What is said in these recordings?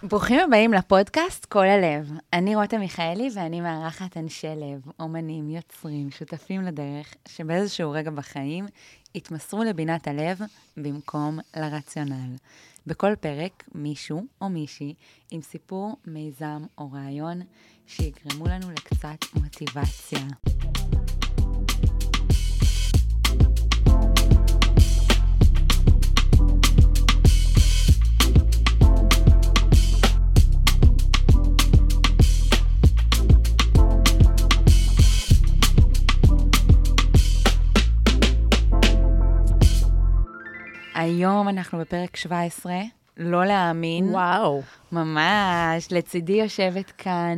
ברוכים הבאים לפודקאסט כל הלב. אני רותם מיכאלי ואני מארחת אנשי לב, אומנים, יוצרים, שותפים לדרך, שבאיזשהו רגע בחיים התמסרו לבינת הלב במקום לרציונל. בכל פרק מישהו או מישהי עם סיפור, מיזם או רעיון שיגרמו לנו לקצת מוטיבציה. היום אנחנו בפרק 17, לא להאמין. וואו. ממש, לצידי יושבת כאן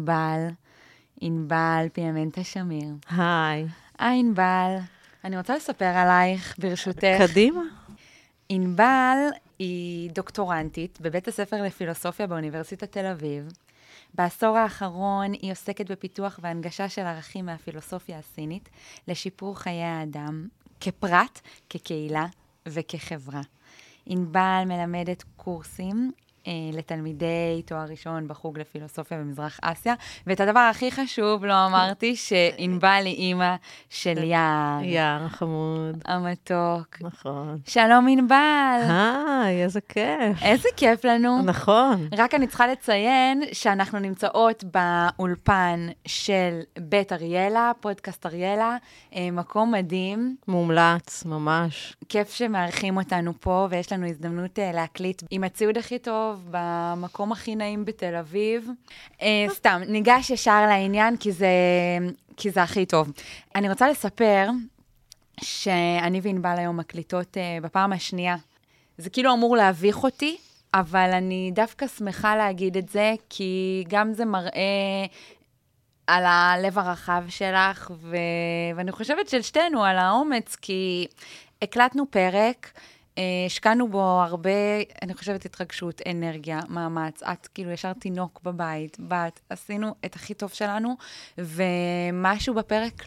ענבל פיאמנטה שמיר. היי. ענבל, אני רוצה לספר עלייך ברשותך. קדימה. ענבל היא דוקטורנטית בבית הספר לפילוסופיה באוניברסיטת תל אביב. בעשור האחרון היא עוסקת בפיתוח והנגשה של ערכים מהפילוסופיה הסינית לשיפור חיי האדם, כפרט, כקהילה, וכחברה. ענבל מלמדת קורסים לתלמידי תואר ראשון בחוג לפילוסופיה במזרח אסיה, ואת הדבר הכי חשוב לא אמרתי, שענבל היא אימא של יער. יער חמוד. המתוק. נכון. שלום ענבל. היי, איזה כיף. איזה כיף לנו. נכון. רק אני צריכה לציין שאנחנו נמצאות באולפן של בית אריאלה, פודקאסט אריאלה, מקום מדהים. מומלץ, ממש. כיף שמארחים אותנו פה, ויש לנו הזדמנות להקליט עם הציוד הכי טוב, במקום הכי נעים בתל אביב. סתם, ניגש ישר לעניין, כי זה הכי טוב. אני רוצה לספר שאני וענבל היום מקליטות בפעם השנייה. זה כאילו אמור להביך אותי, אבל אני דווקא שמחה להגיד את זה, כי גם זה מראה על הלב הרחב שלך, ואני חושבת של שתינו על האומץ, כי הקלטנו פרק, השקענו בו הרבה, אני חושבת, התרגשות, אנרגיה, מאמץ. את כאילו ישר תינוק בבית, עשינו את הכי טוב שלנו, ומשהו בפרק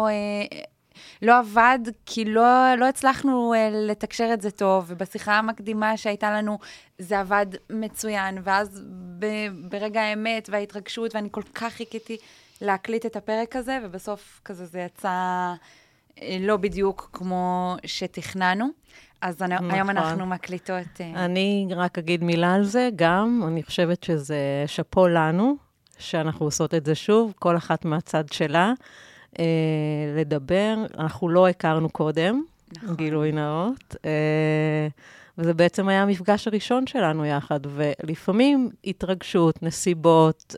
לא עבד, כי לא הצלחנו לתקשר את זה טוב, ובשיחה המקדימה שהייתה לנו, זה עבד מצוין, ואז ברגע האמת וההתרגשות, ואני כל כך חיכיתי להקליט את הפרק הזה, ובסוף כזה זה יצא לא בדיוק כמו שתכננו. אז היום אנחנו מקליטות. אני רק אגיד מילה על זה, גם אני חושבת שזה שפו לנו, שאנחנו עושות את זה שוב, כל אחת מהצד שלה, לדבר. אנחנו לא הכרנו קודם, נכון. גילוי נאות, וזה בעצם היה המפגש הראשון שלנו יחד, ולפעמים התרגשות, נסיבות,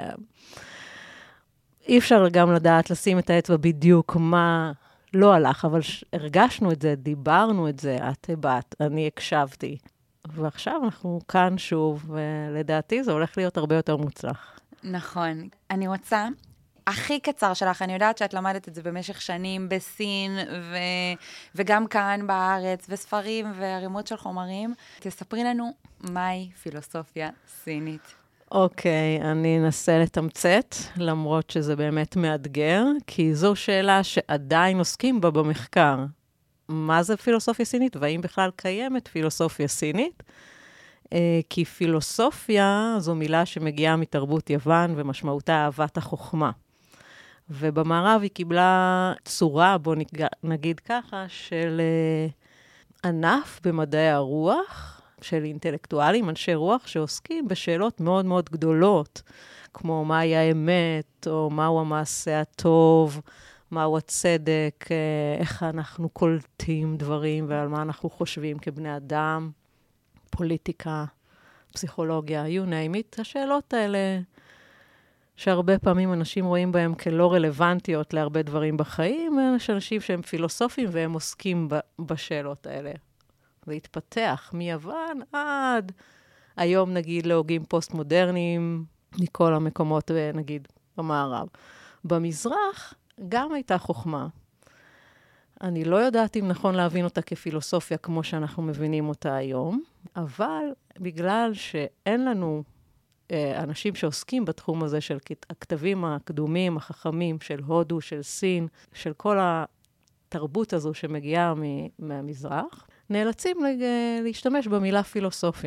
אי אפשר גם לדעת לשים את האצבע בדיוק מה לא הלך, אבל הרגשנו את זה, דיברנו את זה, את הבאת, אני הקשבתי. ועכשיו אנחנו כאן שוב, ולדעתי זה הולך להיות הרבה יותר מוצלח. נכון. אני רוצה, הכי קצר שלך, אני יודעת שאת למדת את זה במשך שנים בסין, וגם כאן בארץ, וספרים וערימות של חומרים. תספרי לנו מהי פילוסופיה סינית. אוקיי, אני אנסה לתמצת, למרות שזה באמת מאתגר, כי זו שאלה שעדיין עוסקים בה במחקר. מה זה פילוסופיה סינית, והאם בכלל קיימת פילוסופיה סינית? כי פילוסופיה זו מילה שמגיעה מתרבות יוון, ומשמעותה אהבת החוכמה. ובמערב היא קיבלה צורה, בוא נגיד ככה, של ענף במדעי הרוח, של אינטלקטואלים, אנשי רוח, שעוסקים בשאלות מאוד מאוד גדולות, כמו מהי האמת, או מהו המעשה הטוב, מהו הצדק, איך אנחנו קולטים דברים, ועל מה אנחנו חושבים כבני אדם, פוליטיקה, פסיכולוגיה, you name it. השאלות האלה, שהרבה פעמים אנשים רואים בהם כלא רלוונטיות להרבה דברים בחיים, יש אנשים שהם פילוסופים והם עוסקים בשאלות האלה. והתפתח מיוון עד היום נגיד להוגים פוסט-מודרניים מכל המקומות נגיד במערב. במזרח גם הייתה חוכמה. אני לא יודעת אם נכון להבין אותה כפילוסופיה כמו שאנחנו מבינים אותה היום, אבל בגלל שאין לנו אנשים שעוסקים בתחום הזה של הכתבים הקדומים, החכמים של הודו, של סין, של כל התרבות הזו שמגיעה מהמזרח, נאלצים להשתמש במילה פילוסופיה.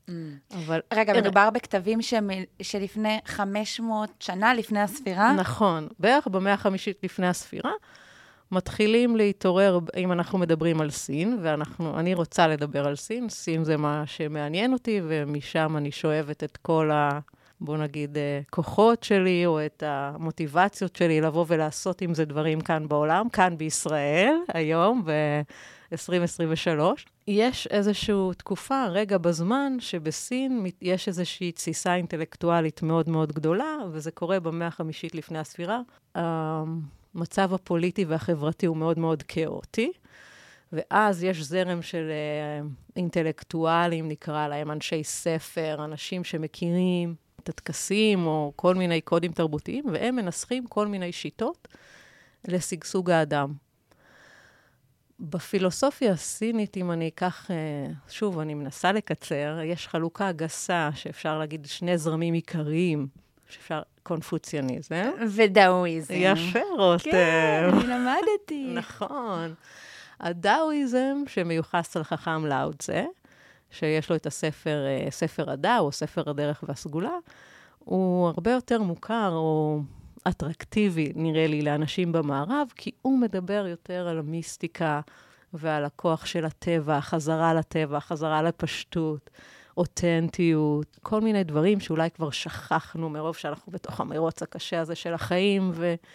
אבל... רגע, מדובר בכתבים שלפני 500 שנה לפני הספירה? נכון, בערך במאה החמישית לפני הספירה, מתחילים להתעורר, אם אנחנו מדברים על סין, ואני רוצה לדבר על סין, סין זה מה שמעניין אותי, ומשם אני שואבת את כל בוא נגיד, כוחות שלי, או את המוטיבציות שלי לבוא ולעשות עם זה דברים כאן בעולם, כאן בישראל, היום, ב-2023. יש איזושהי תקופה, רגע בזמן, שבסין יש איזושהי תסיסה אינטלקטואלית מאוד מאוד גדולה, וזה קורה במאה החמישית לפני הספירה. המצב הפוליטי והחברתי הוא מאוד מאוד כאוטי, ואז יש זרם של אינטלקטואלים, נקרא להם אנשי ספר, אנשים שמכירים את הטקסים או כל מיני קודים תרבותיים, והם מנסחים כל מיני שיטות לשגשוג האדם. בפילוסופיה הסינית, אם אני אקח, שוב, אני מנסה לקצר, יש חלוקה גסה שאפשר להגיד שני זרמים עיקריים, שאפשר קונפוציאניזם. ודאואיזם. יפה, רותם. כן, אני למדתי. נכון. הדאואיזם שמיוחס על חכם לאו צה, שיש לו את הספר, ספר הדאו, או ספר הדרך והסגולה, הוא הרבה יותר מוכר או אטרקטיבי, נראה לי, לאנשים במערב, כי הוא מדבר יותר על המיסטיקה ועל הכוח של הטבע, החזרה לטבע, החזרה לפשטות, אותנטיות, כל מיני דברים שאולי כבר שכחנו מרוב שאנחנו בתוך המרוץ הקשה הזה של החיים,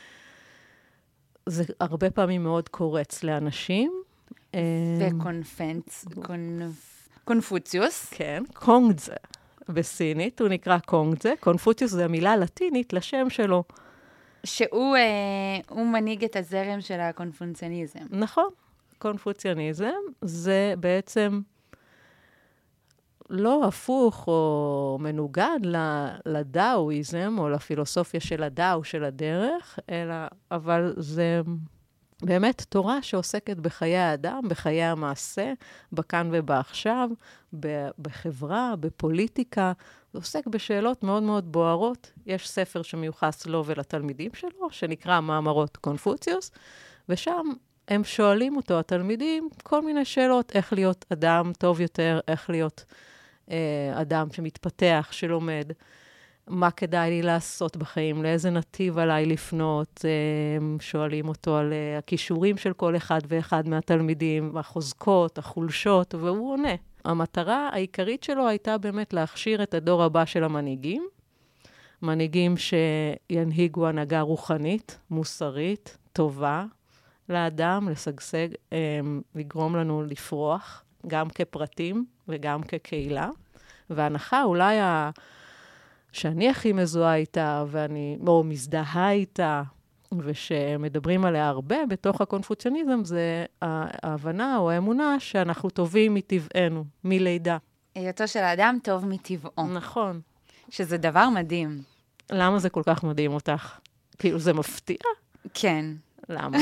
וזה הרבה פעמים מאוד קורץ לאנשים. קונפוציוס. כן, קונגזה בסינית, הוא נקרא קונגזה. קונפוציוס זה המילה הלטינית לשם שלו. שהוא מנהיג את הזרם של הקונפוציאניזם. נכון, קונפוציאניזם זה בעצם לא הפוך או מנוגד לדאואיזם, או לפילוסופיה של הדאו, של הדרך, אבל זה באמת תורה שעוסקת בחיי האדם, בחיי המעשה, בכאן ובעכשיו, בחברה, בפוליטיקה. זה עוסק בשאלות מאוד מאוד בוערות. יש ספר שמיוחס לו ולתלמידים שלו, שנקרא מאמרות קונפוציוס, ושם הם שואלים אותו, התלמידים, כל מיני שאלות, איך להיות אדם טוב יותר, איך להיות אדם שמתפתח, שלומד, מה כדאי לי לעשות בחיים, לאיזה נתיב עליי לפנות, שואלים אותו על הכישורים של כל אחד ואחד מהתלמידים, החוזקות, החולשות, והוא עונה. המטרה העיקרית שלו הייתה באמת להכשיר את הדור הבא של המנהיגים, מנהיגים שינהיגו הנהגה רוחנית, מוסרית, טובה לאדם, לשגשג, לגרום לנו לפרוח, גם כפרטים וגם כקהילה. וההנחה אולי שאני הכי מזוהה איתה, או מזדהה איתה, ושמדברים עליה הרבה בתוך הקונפוציאניזם, זה ההבנה או האמונה שאנחנו טובים מטבענו, מלידה. היותו של האדם טוב מטבעו. נכון. שזה דבר מדהים. למה זה כל כך מדהים אותך? כאילו, זה מפתיע? כן. למה?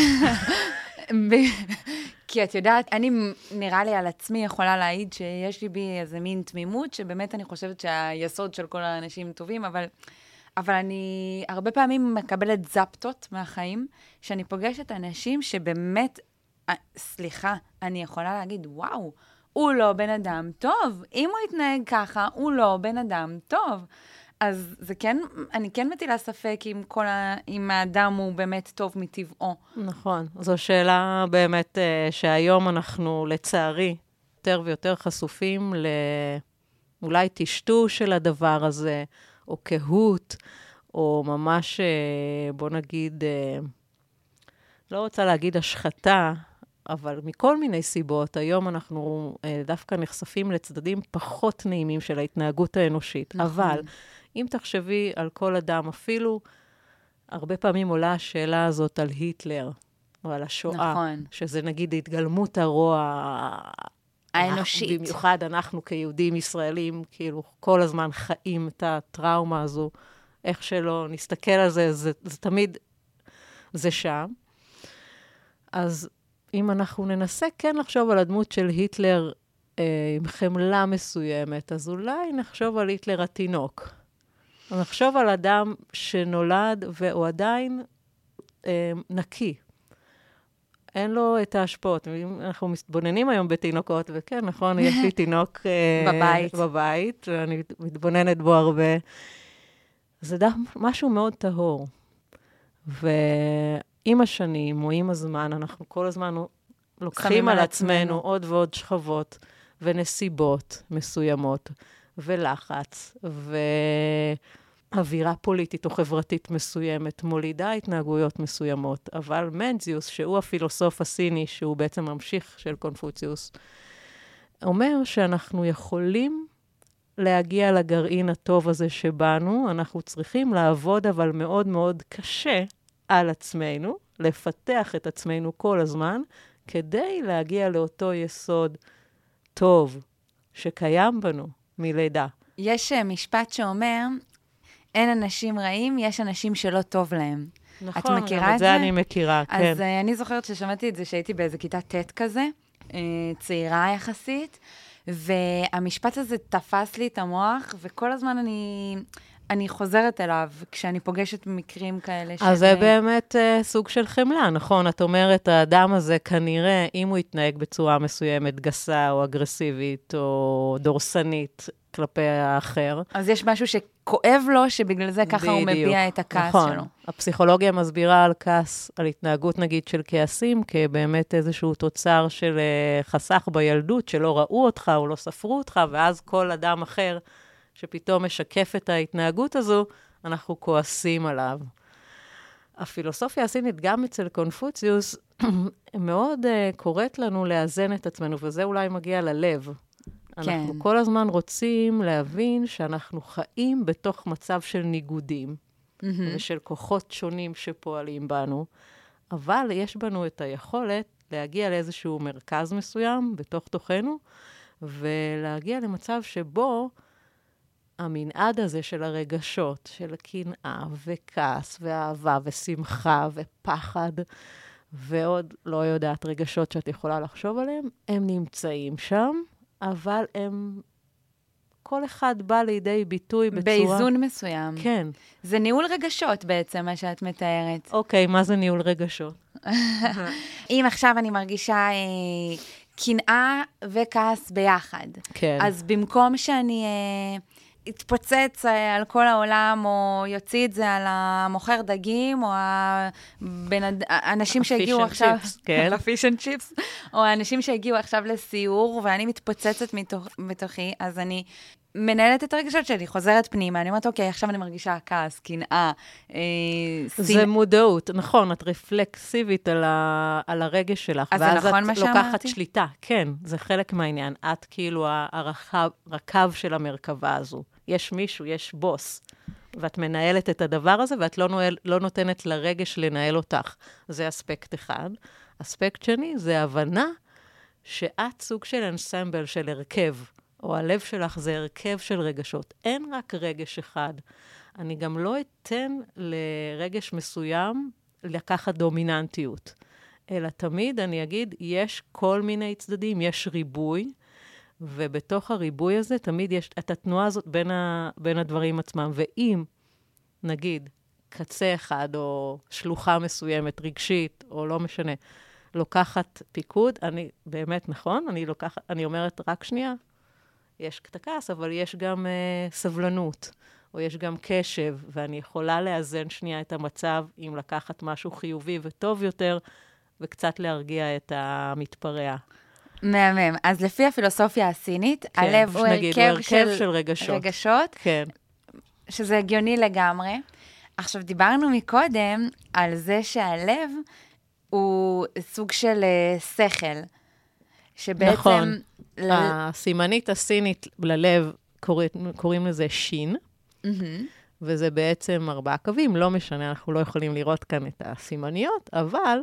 כי את יודעת, אני נראה לי על עצמי יכולה להעיד שיש לי בי איזה מין תמימות, שבאמת אני חושבת שהיסוד של כל האנשים טובים, אבל אני הרבה פעמים מקבלת זפטות מהחיים, שאני פוגשת אנשים שבאמת, סליחה, אני יכולה להגיד, וואו, הוא לא בן אדם טוב. אם הוא יתנהג ככה, הוא לא בן אדם טוב. אז זה כן, אני כן מטילה ספק אם האדם הוא באמת טוב מטבעו. נכון. זו שאלה באמת שהיום אנחנו לצערי יותר ויותר חשופים לאולי טשטוש של הדבר הזה, או קהות, או ממש, בוא נגיד, לא רוצה להגיד השחתה, אבל מכל מיני סיבות, היום אנחנו דווקא נחשפים לצדדים פחות נעימים של ההתנהגות האנושית. נכון. אבל אם תחשבי על כל אדם, אפילו הרבה פעמים עולה השאלה הזאת על היטלר, או על השואה, נכון. שזה נגיד התגלמות הרוע האנושית. במיוחד אנחנו כיהודים ישראלים, כאילו כל הזמן חיים את הטראומה הזו, איך שלא נסתכל על זה, זה תמיד, זה שם. אז אם אנחנו ננסה כן לחשוב על הדמות של היטלר עם חמלה מסוימת, אז אולי נחשוב על היטלר התינוק. נחשוב על אדם שנולד והוא עדיין נקי. אין לו את ההשפעות. אנחנו מתבוננים היום בתינוקות, וכן, נכון, יש לי תינוק בבית, ואני מתבוננת בו הרבה. זה משהו מאוד טהור. ועם השנים, או עם הזמן, אנחנו כל הזמן לוקחים על עצמנו עוד ועוד שכבות, ונסיבות מסוימות, ולחץ, אווירה פוליטית או חברתית מסוימת, מולידה התנהגויות מסוימות, אבל מנציוס, שהוא הפילוסוף הסיני, שהוא בעצם ממשיך של קונפוציוס, אומר שאנחנו יכולים להגיע לגרעין הטוב הזה שבנו, אנחנו צריכים לעבוד אבל מאוד מאוד קשה על עצמנו, לפתח את עצמנו כל הזמן, כדי להגיע לאותו יסוד טוב שקיים בנו מלידה. יש משפט שאומר, אין אנשים רעים, יש אנשים שלא טוב להם. נכון, את מכירה את זה? זה אני מכירה, כן. אז אני זוכרת ששמעתי את זה שהייתי באיזה כיתה ט' כזה, צעירה יחסית, והמשפט הזה תפס לי את המוח, וכל הזמן אני חוזרת אליו, כשאני פוגשת מקרים כאלה. אז זה באמת סוג של חמלה, נכון? את אומרת, האדם הזה כנראה, אם הוא יתנהג בצורה מסוימת, גסה או אגרסיבית או דורסנית כלפי האחר. אז יש משהו שכואב לו, שבגלל זה ככה הוא מביע את הכעס נכון. שלו. הפסיכולוגיה מסבירה על כעס, על התנהגות נגיד של כעסים, כבאמת איזשהו תוצר של חסך בילדות, שלא ראו אותך או לא ספרו אותך, ואז כל אדם אחר שפתאום משקף את ההתנהגות הזו, אנחנו כועסים עליו. הפילוסופיה הסינית, גם אצל קונפוציוס, מאוד קוראת לנו לאזן את עצמנו, וזה אולי מגיע ללב. כן. אנחנו כל הזמן רוצים להבין שאנחנו חיים בתוך מצב של ניגודים, ושל כוחות שונים שפועלים בנו, אבל יש בנו את היכולת להגיע לאיזשהו מרכז מסוים בתוך תוכנו, ולהגיע למצב שבו המנעד הזה של הרגשות, של הקנאה וכעס ואהבה ושמחה ופחד, ועוד לא יודעת רגשות שאת יכולה לחשוב עליהם, הם נמצאים שם, אבל הם, כל אחד בא לידי ביטוי בצורה... באיזון מסוים. כן. זה ניהול רגשות בעצם, מה שאת מתארת. אוקיי, מה זה ניהול רגשות? אם עכשיו אני מרגישה קנאה וכעס ביחד, כן. אז במקום שאני אתפוצץ על כל העולם, או יוציא את זה על המוכר דגים, או האנשים שהגיעו עכשיו... לפיש אנד צ'יפס, או האנשים שהגיעו עכשיו לסיור, ואני מתפוצצת בתוכי, אז אני מנהלת את הרגשות שלי, חוזרת פנימה, אני אומרת, אוקיי, עכשיו אני מרגישה כעס, קנאה, זה מודעות, נכון, את רפלקסיבית על הרגש שלך. אז זה נכון מה שאמרתי? ואז את לוקחת שליטה, כן, זה חלק מהעניין. את כאילו הרכב של המרכבה הזו. יש מישהו, יש בוס, ואת מנהלת את הדבר הזה, ואת לא נותנת לרגש לנהל אותך. זה אספקט אחד. אספקט שני, זה הבנה שאת סוג של אנסמבל, של הרכב, או הלב שלך זה הרכב של רגשות. אין רק רגש אחד. אני גם לא אתן לרגש מסוים לקחת דומיננטיות. אלא תמיד אני אגיד, יש כל מיני צדדים, יש ריבוי, ובתוך הריבוי הזה תמיד יש את התנועה הזאת בין הדברים עצמם. ואם, נגיד, קצה אחד או שלוחה מסוימת, רגשית, או לא משנה, לוקחת פיקוד, אני באמת נכון, אני אומרת רק שנייה, יש את הכעס, אבל יש גם סבלנות, או יש גם קשב, ואני יכולה לאזן שנייה את המצב, אם לקחת משהו חיובי וטוב יותר, וקצת להרגיע את המתפרע. מהמם. אז לפי הפילוסופיה הסינית, כן, הלב הוא הרכב של רגשות, כן. שזה הגיוני לגמרי. עכשיו, דיברנו מקודם על זה שהלב הוא סוג של שכל, שבעצם... נכון. הסימנית הסינית ללב קוראים לזה שין, וזה בעצם 4 קווים, לא משנה, אנחנו לא יכולים לראות כאן את הסימניות, אבל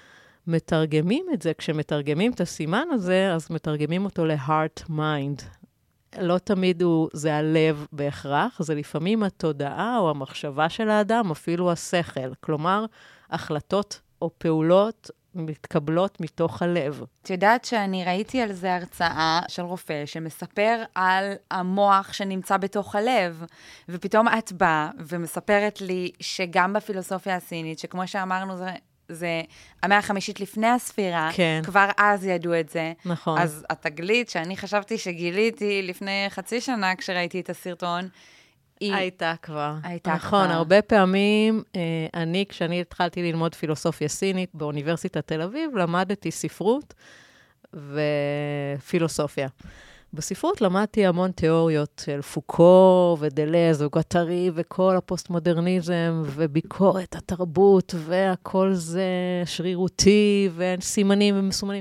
מתרגמים את זה, כשמתרגמים את הסימן הזה, אז מתרגמים אותו ל-heart mind. לא תמיד זה הלב בהכרח, זה לפעמים התודעה או המחשבה של האדם, אפילו השכל. כלומר, החלטות או פעולות מתקבלות מתוך הלב. את יודעת שאני ראיתי על זה הרצאה של רופא שמספר על המוח שנמצא בתוך הלב, ופתאום את באה ומספרת לי שגם בפילוסופיה הסינית, שכמו שאמרנו, זה זה המאה החמישית לפני הספירה, כן. כבר אז ידעו את זה. נכון. אז התגלית שאני חשבתי שגיליתי לפני חצי שנה, כשראיתי את הסרטון, היא הייתה כבר. הייתה נכון, כבר. הרבה פעמים, כשאני התחלתי ללמוד פילוסופיה סינית באוניברסיטת תל אביב, למדתי ספרות ופילוסופיה. בספרות למדתי המון תיאוריות של פוקו ודלז וגואטרי וכל הפוסט-מודרניזם וביקורת התרבות והכל זה שרירותי וסימנים ומסומנים.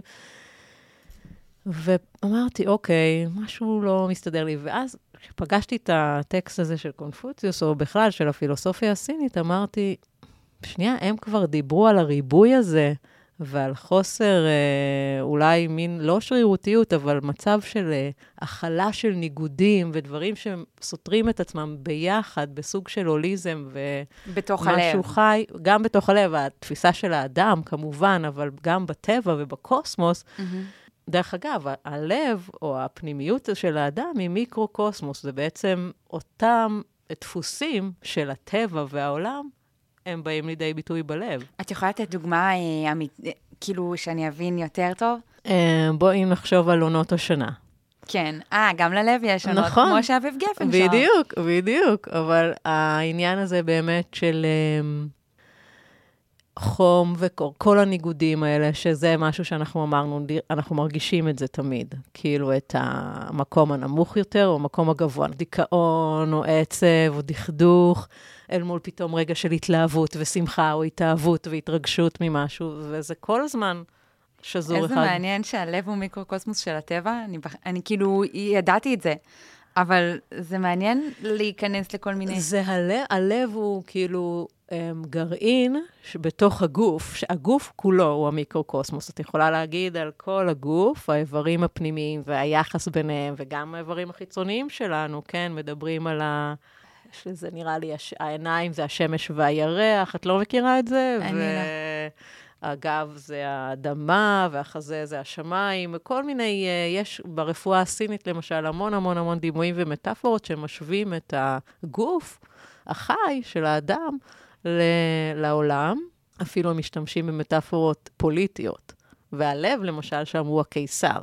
ואמרתי, אוקיי, משהו לא מסתדר לי. ואז כשפגשתי את הטקסט הזה של קונפוציוס, או בכלל של הפילוסופיה הסינית, אמרתי, שנייה, הם כבר דיברו על הריבוי הזה, ועל חוסר, אולי מין, לא שרירותיות, אבל מצב של הכלה של ניגודים, ודברים שסותרים את עצמם ביחד, בסוג של הוליזם, בתוך הלב. ומשהו חי, גם בתוך הלב, התפיסה של האדם, כמובן, אבל גם בטבע ובקוסמוס, דרך אגב, הלב או הפנימיות של האדם היא מיקרו-קוסמוס, זה בעצם אותם דפוסים של הטבע והעולם, הם באים לידי ביטוי בלב. את יכולה לתת דוגמה, כאילו, שאני אבין יותר טוב? בואי נחשוב על עונות השנה. כן, גם ללב יש עונות, נכון, כמו שאביב גפן שם. בדיוק, בדיוק, אבל העניין הזה באמת של חום וקור, כל הניגודים האלה, שזה משהו שאנחנו אמרנו, אנחנו מרגישים את זה תמיד, כאילו את המקום הנמוך יותר, או המקום הגבוה, דיכאון, או עצב, או דכדוך, אל מול פתאום רגע של התלהבות ושמחה, או התאהבות והתרגשות ממשהו, וזה כל הזמן שזור אחד. איזה מעניין שהלב הוא מיקרוקוסמוס של הטבע, אני כאילו ידעתי את זה, אבל זה מעניין להיכנס לכל מיני... זה הלב הוא כאילו גרעין בתוך הגוף, שהגוף כולו הוא המיקרוקוסמוס. את יכולה להגיד על כל הגוף, האיברים הפנימיים והיחס ביניהם, וגם האיברים החיצוניים שלנו, כן, מדברים על שזה נראה לי, העיניים זה השמש והירח, את לא מכירה את זה? אני לא. הגב זה האדמה, והחזה זה השמיים, וכל מיני, יש ברפואה הסינית למשל המון המון המון דימויים ומטאפורות שמשווים את הגוף החי של האדם לעולם, אפילו הם משתמשים במטאפורות פוליטיות. והלב למשל שם הוא הקיסר.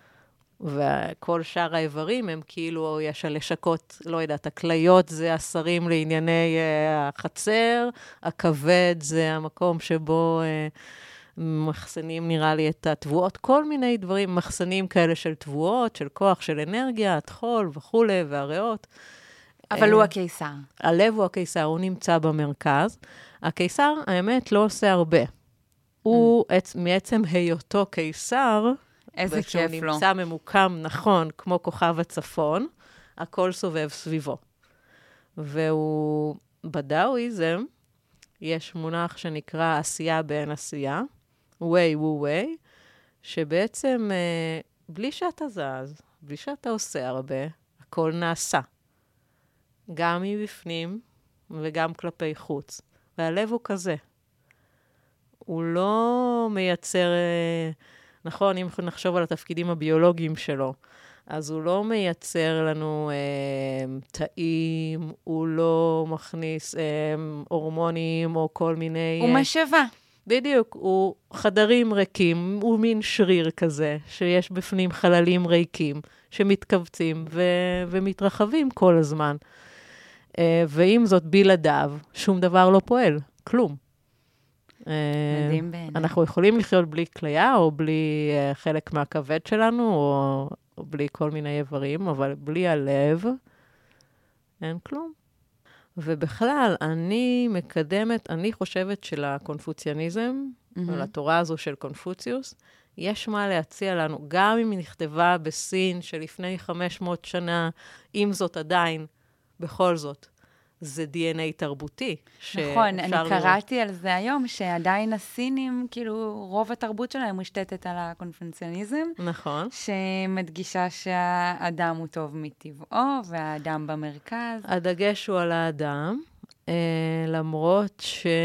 וכל שאר האיברים הם כאילו, יש הלשקות, לא יודעת, הכליות זה השרים לענייני החצר, הכבד זה המקום שבו מחסנים נראה לי את התבואות, כל מיני דברים, מחסנים כאלה של תבואות, של כוח, של אנרגיה, התחול וכו' והריאות. אבל הוא הקיסר. הלב הוא הקיסר, הוא נמצא במרכז. הקיסר, האמת, לא עושה הרבה. הוא מעצם היותו קיסר, איזה כיף לו. כשהוא נמצא ממוקם נכון, כמו כוכב הצפון, הכל סובב סביבו. והוא, בדאואיזם, יש מונח שנקרא עשייה באין עשייה, ווי ווי, שבעצם בלי שאתה זז, בלי שאתה עושה הרבה, הכל נעשה. גם מבפנים וגם כלפי חוץ. והלב הוא כזה. הוא לא מייצר... נכון, אם נחשוב על התפקידים הביולוגיים שלו, אז הוא לא מייצר לנו תאים, הוא לא מכניס הורמונים או כל מיני... הוא משאבה. בדיוק, הוא חדרים ריקים, הוא מין שריר כזה, שיש בפנים חללים ריקים, שמתכווצים ומתרחבים כל הזמן. ועם זאת, בלעדיו, שום דבר לא פועל, כלום. מדהים בעיניי. אנחנו יכולים לחיות בלי כליה, או בלי חלק מהכבד שלנו, או בלי כל מיני איברים, אבל בלי הלב, אין כלום. ובכלל, אני מקדמת, אני חושבת שלקונפוציאניזם, לתורה הזו של קונפוציוס, יש מה להציע לנו, גם אם היא נכתבה בסין שלפני 500 שנה, עם זאת עדיין, בכל זאת. זה DNA תרבותי. נכון, אני קראתי על זה היום, שעדיין הסינים, כאילו, רוב התרבות שלהם מושתתת על הקונפנציוניזם. נכון. שמדגישה שהאדם הוא טוב מטבעו, והאדם במרכז. הדגש הוא על האדם, למרות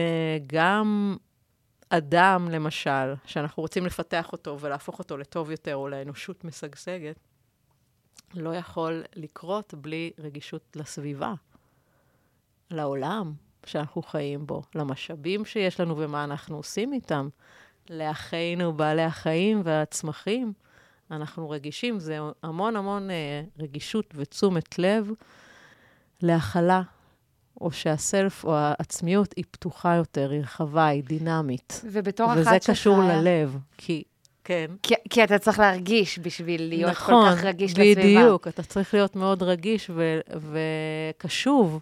שגם אדם, למשל, שאנחנו רוצים לפתח אותו ולהפוך אותו לטוב יותר, או לאנושות משגשגת, לא יכול לקרות בלי רגישות לסביבה. לעולם, שאנחנו חיים בו, למשאבים שיש לנו ומה אנחנו עושים איתם, לאחינו, בעלי החיים והצמחים. אנחנו רגישים, זה המון המון רגישות ותשומת לב להכלה, או שהסלף או העצמיות היא פתוחה יותר, היא רחבה, היא דינמית. ובתור אחת וזה קשור ללב, כי... כן. כי אתה צריך להרגיש בשביל להיות נכון, כל כך רגיש לסביבה. בדיוק, אתה צריך להיות מאוד רגיש וקשוב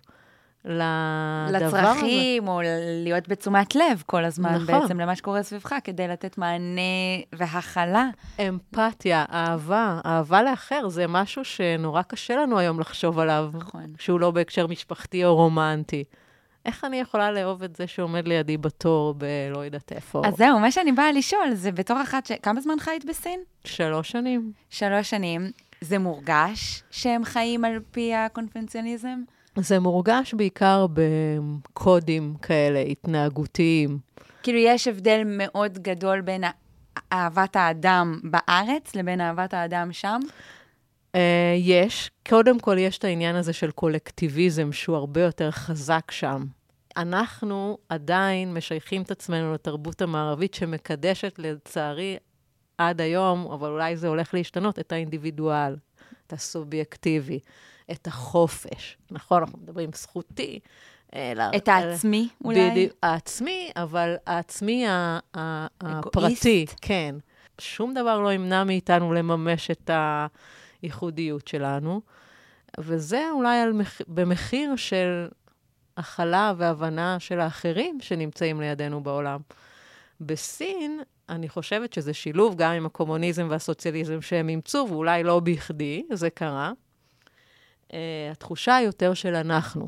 לצרכים, או להיות בתשומת לב כל הזמן, נכון. בעצם למה שקורה סביבך, כדי לתת מענה והכלה. אמפתיה, אהבה לאחר, זה משהו שנורא קשה לנו היום לחשוב עליו, נכון. שהוא לא בהקשר משפחתי או רומנטי. איך אני יכולה לאהוב את זה שעומד לידי בתור בלא יודעת איפה? אז זהו, מה שאני באה לשאול, זה בתור אחת כמה זמן חיית בסין? 3 שנים. 3 שנים. זה מורגש שהם חיים על פי הקונבנציוניזם? זה מורגש בעיקר בקודים כאלה, התנהגותיים. כאילו יש הבדל מאוד גדול בין אהבת האדם בארץ לבין אהבת האדם שם? יש. קודם כל יש את העניין הזה של קולקטיביזם, שהוא הרבה יותר חזק שם. אנחנו עדיין משייכים את עצמנו לתרבות המערבית שמקדשת לצערי עד היום, אבל אולי זה הולך להשתנות, את האינדיבידואל, את הסובייקטיבי, את החופש. נכון, אנחנו מדברים זכותי. את העצמי אולי? העצמי, אבל העצמי הפרטי. כן. שום דבר לא ימנע מאיתנו לממש את הייחודיות שלנו, וזה אולי במחיר של הכלה והבנה של האחרים שנמצאים לידינו בעולם. בסין, אני חושבת שזה שילוב גם עם הקומוניזם והסוציאליזם שהם אימצו, ואולי לא בכדי, זה קרה. התחושה יותר של אנחנו.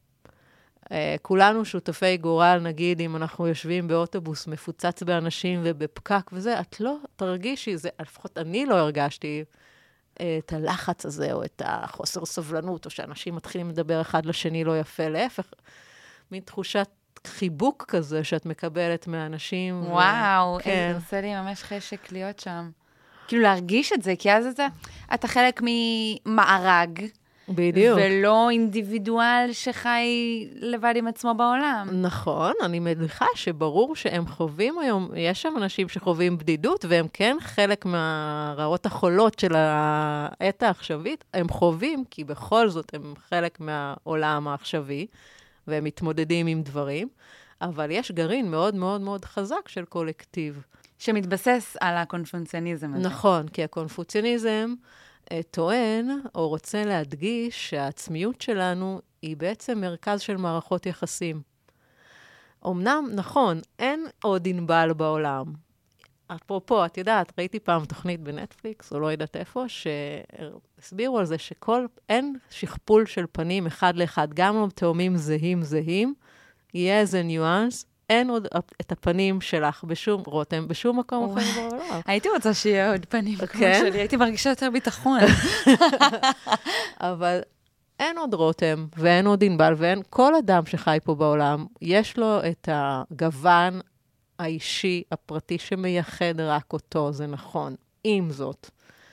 כולנו שותפי גורל, נגיד, אם אנחנו יושבים באוטובוס מפוצץ באנשים ובפקק וזה, את לא תרגישי, לפחות אני לא הרגשתי את הלחץ הזה, או את החוסר סבלנות, או שאנשים מתחילים לדבר אחד לשני לא יפה, להפך, מין תחושת חיבוק כזה שאת מקבלת מאנשים. וואו, זה עושה לי ממש חשק להיות שם. כאילו להרגיש את זה, כי אז אתה חלק ממארג, בדיוק. ולא אינדיבידואל שחי לבד עם עצמו בעולם. נכון, אני מניחה שברור שהם חווים היום, יש שם אנשים שחווים בדידות, והם כן חלק מהרעות החולות של העת העכשווית, הם חווים, כי בכל זאת הם חלק מהעולם העכשווי, והם מתמודדים עם דברים, אבל יש גרעין מאוד מאוד מאוד חזק של קולקטיב. שמתבסס על הקונפוציוניזם הזה. נכון, כי הקונפוציוניזם טוען או רוצה להדגיש שהעצמיות שלנו היא בעצם מרכז של מערכות יחסים. אמנם, נכון, אין עוד ענבל בעולם. אפרופו, את יודעת, ראיתי פעם תוכנית בנטפליקס, או לא יודעת איפה, שהסבירו על זה אין שכפול של פנים אחד לאחד, גם לא תאומים זהים, יהיה איזה ניואנס, אין עוד את הפנים שלך בשום רותם, בשום מקום אחר בעולם. הייתי רוצה שיהיה עוד פנים כמו שלי, הייתי מרגישה יותר ביטחון. אבל אין עוד רותם, ואין עוד ענבל, ואין כל אדם שחי פה בעולם, יש לו את הגוון האישי, הפרטי, שמייחד רק אותו, זה נכון. עם זאת,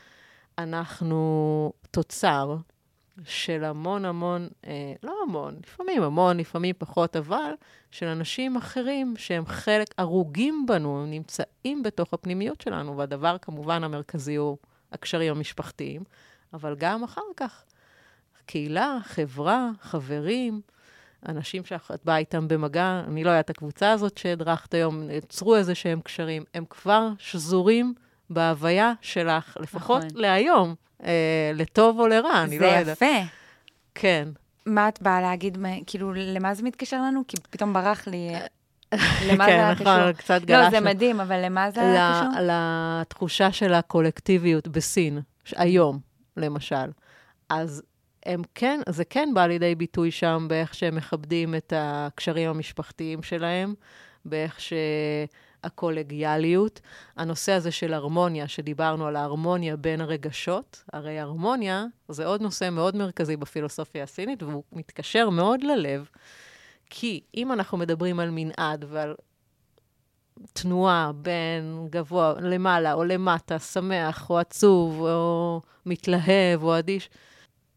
אנחנו תוצר של המון, לא המון, לפעמים פחות, אבל של אנשים אחרים שהם חלק הרוגים בנו, הם נמצאים בתוך הפנימיות שלנו, והדבר כמובן המרכזי הוא הקשרים המשפחתיים, אבל גם אחר כך, קהילה, חברה, חברים, אנשים שאת באה איתם במגע, אני לא יודעת, הקבוצה הזאת שהדרכת היום, יצרו איזה שהם קשרים, הם כבר שזורים בהוויה שלך, לפחות להיום, לטוב או לרע, אני לא יודעת. זה יפה. כן. מה את באה להגיד, כאילו, למה זה מתקשר לנו? כי פתאום ברח לי, למה זה היה קשור? כן, נכון, קצת גלשנו. לא, זה מדהים, אבל למה זה היה קשור? לתחושה של הקולקטיביות בסין, היום, למשל. אז זה כן בא לידי ביטוי שם, באיך שהם מכבדים את הקשרים המשפחתיים שלהם, באיך הקולגיאליות, הנושא הזה של הרמוניה, שדיברנו על ההרמוניה בין הרגשות, הרי הרמוניה זה עוד נושא מאוד מרכזי בפילוסופיה הסינית, והוא מתקשר מאוד ללב, כי אם אנחנו מדברים על מנעד ועל תנועה בין גבוה למעלה או למטה, שמח או עצוב או מתלהב או אדיש,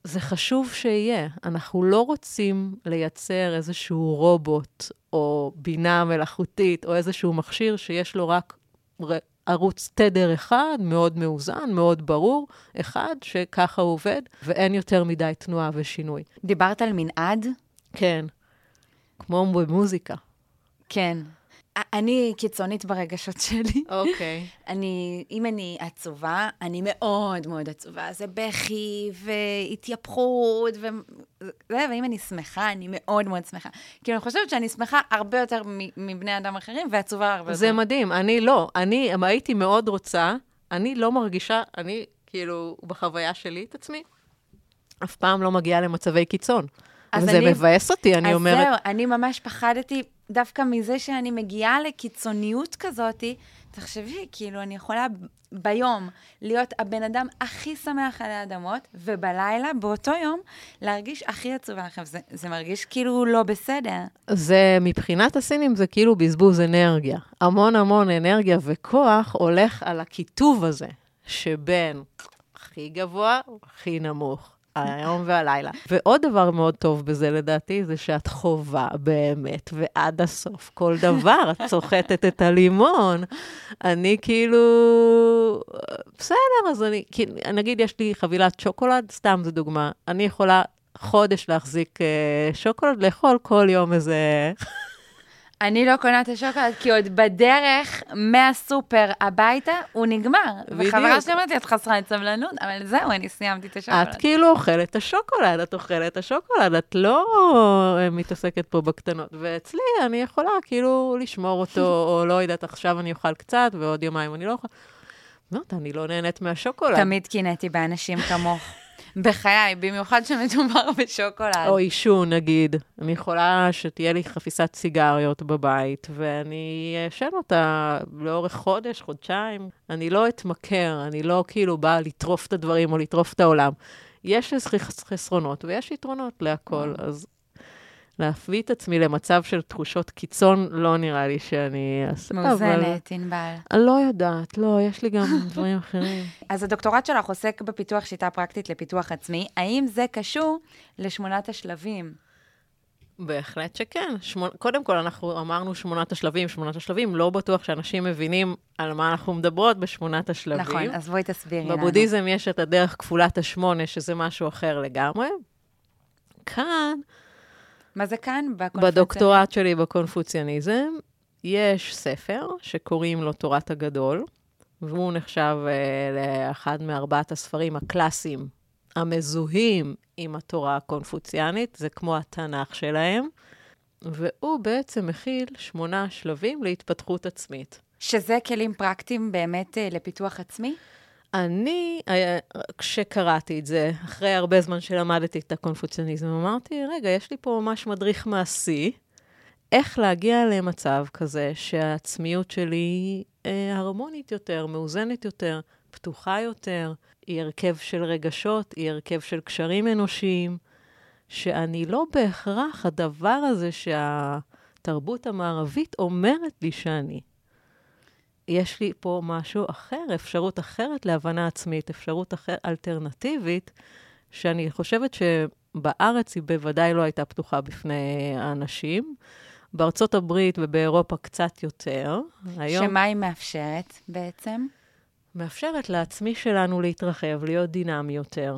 זה חשוב שיהיה. אנחנו לא רוצים לייצר איזשהו רובוט, או בינה מלאכותית, או איזשהו מכשיר שיש לו רק ערוץ תדר אחד, מאוד מאוזן, מאוד ברור, אחד שככה הוא עובד, ואין יותר מדי תנועה ושינוי. דיברת על מנעד? כן, כמו במוזיקה. כן. אני קיצונית ברגשות שלי. אוקיי. אם אני עצובה, אני מאוד מאוד עצובה. זה בכי והתייפחות, ואם אני שמחה, אני מאוד מאוד שמחה. כי אני חושבת שאני שמחה הרבה יותר מבני אדם אחרים, ועצובה הרבה יותר. זה מדהים. אני לא. אני הייתי מאוד רוצה, אני לא מרגישה, אני כאילו בחוויה שלי את עצמי, אף פעם לא מגיעה למצבי קיצון. וזה מבאס אותי, אני אומרת. אז זהו, אני ממש פחדתי דווקא מזה שאני מגיעה לקיצוניות כזאת, תחשבי, כאילו, אני יכולה ביום להיות הבן אדם הכי שמח על האדמות, ובלילה, באותו יום, להרגיש הכי עצובה. עכשיו, זה מרגיש כאילו לא בסדר. זה, מבחינת הסינים, זה כאילו בזבוז אנרגיה. המון המון אנרגיה וכוח הולך על הכיתוב הזה, שבין הכי גבוה הכי נמוך. היום והלילה. ועוד דבר מאוד טוב בזה, לדעתי, זה שאת חובה באמת, ועד הסוף, כל דבר, את צוחטת את הלימון. אני כאילו, בסדר, אז נגיד, יש לי חבילת שוקולד, סתם זו דוגמה, אני יכולה חודש להחזיק שוקולד, לאכול כל יום איזה... אני לא קונה את השוקולד, כי עוד בדרך מהסופר הביתה, הוא נגמר. וחברה שלי אומרת לי, את חסרה את סבלנות, אבל זהו, אני סיימתי את השוקולד. את כאילו אוכלת את השוקולד, את אוכלת את השוקולד, את לא מתעסקת פה בקטנות. ואצלי אני יכולה כאילו לשמור אותו, או לא יודעת, עכשיו אני אוכל קצת, ועוד יומיים אני לא אוכל. אני לא נהנית מהשוקולד. תמיד קינאתי באנשים כמוך. בחיי, במיוחד שמדובר בשוקולד. או עישון, נגיד. אני יכולה שתהיה לי חפיסת סיגריות בבית, ואני אשן אותה לאורך חודש, חודשיים. אני לא אתמכר, אני לא כאילו באה לטרוף את הדברים או לטרוף את העולם. יש חסרונות ויש יתרונות להכל, אז להביא את עצמי למצב של תחושות קיצון, לא נראה לי שאני אעשה. מאוזנת, ענבל. אני לא יודעת, לא, יש לי גם דברים אחרים. אז הדוקטורט שלך עוסק בפיתוח שיטה פרקטית לפיתוח עצמי. האם זה קשור לשמונת השלבים? בהחלט שכן. קודם כל, אנחנו אמרנו שמונת השלבים, לא בטוח שאנשים mבינים על מה אנחנו מדברות בשמונת השלבים. נכון, אז בואי תסבירי לנו. בבודהיזם יש את הדרך כפולת השמונה, שזה משהו אחר לגמרי. כאן, מה זה כאן? בדוקטורט שלי בקונפוציאניזם, יש ספר שקוראים לו תורת הגדול, והוא נחשב לאחד מארבעת הספרים הקלאסיים, המזוהים עם התורה הקונפוציאנית, זה כמו התנ"ך שלהם, והוא בעצם מכיל 8 שלבים להתפתחות עצמית. שזה כלים פרקטיים באמת לפיתוח עצמי? אני, כשקראתי את זה, אחרי הרבה זמן שלמדתי את הקונפוציאניזם, אמרתי, רגע, יש לי פה ממש מדריך מעשי, איך להגיע למצב כזה שהעצמיות שלי הרמונית יותר, מאוזנת יותר, פתוחה יותר, היא הרכב של רגשות, היא הרכב של קשרים אנושיים, שאני לא בהכרח הדבר הזה שהתרבות המערבית אומרת לי שאני. יש לי פה משהו אחר, אפשרות אחרת להבנה עצמית, אפשרות אלטרנטיבית, שאני חושבת שבארץ היא בוודאי לא הייתה פתוחה בפני האנשים. בארצות הברית ובאירופה קצת יותר. שמה היא מאפשרת בעצם? מאפשרת לעצמי שלנו להתרחב, להיות דינמי יותר.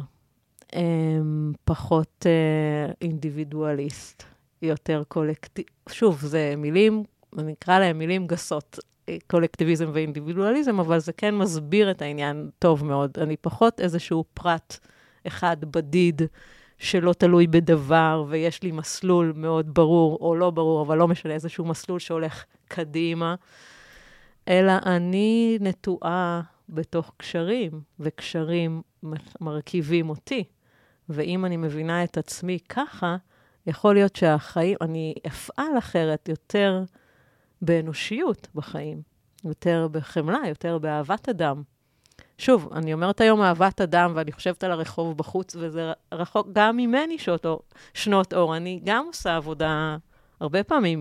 פחות אינדיבידואליסט, יותר קולקטיב. שוב, זה מילים, אני אקרא להם מילים גסות. קולקטיביזם ואינדיבידואליזם, אבל זה כן מסביר את העניין טוב מאוד. אני פחות איזשהו פרט אחד בדיד, שלא תלוי בדבר, ויש לי מסלול מאוד ברור, או לא ברור, אבל לא משנה, איזשהו מסלול שהולך קדימה, אלא אני נטועה בתוך קשרים, וקשרים מרכיבים אותי. ואם אני מבינה את עצמי ככה, יכול להיות שהחיים, אני אפעל אחרת יותר באנושיות בחיים, יותר בחמלה, יותר באהבת אדם. שוב, אני אומרת היום אהבת אדם, ואני חושבת על הרחוב בחוץ, וזה רחוק גם ממני שנות אור. אני גם עושה עבודה הרבה פעמים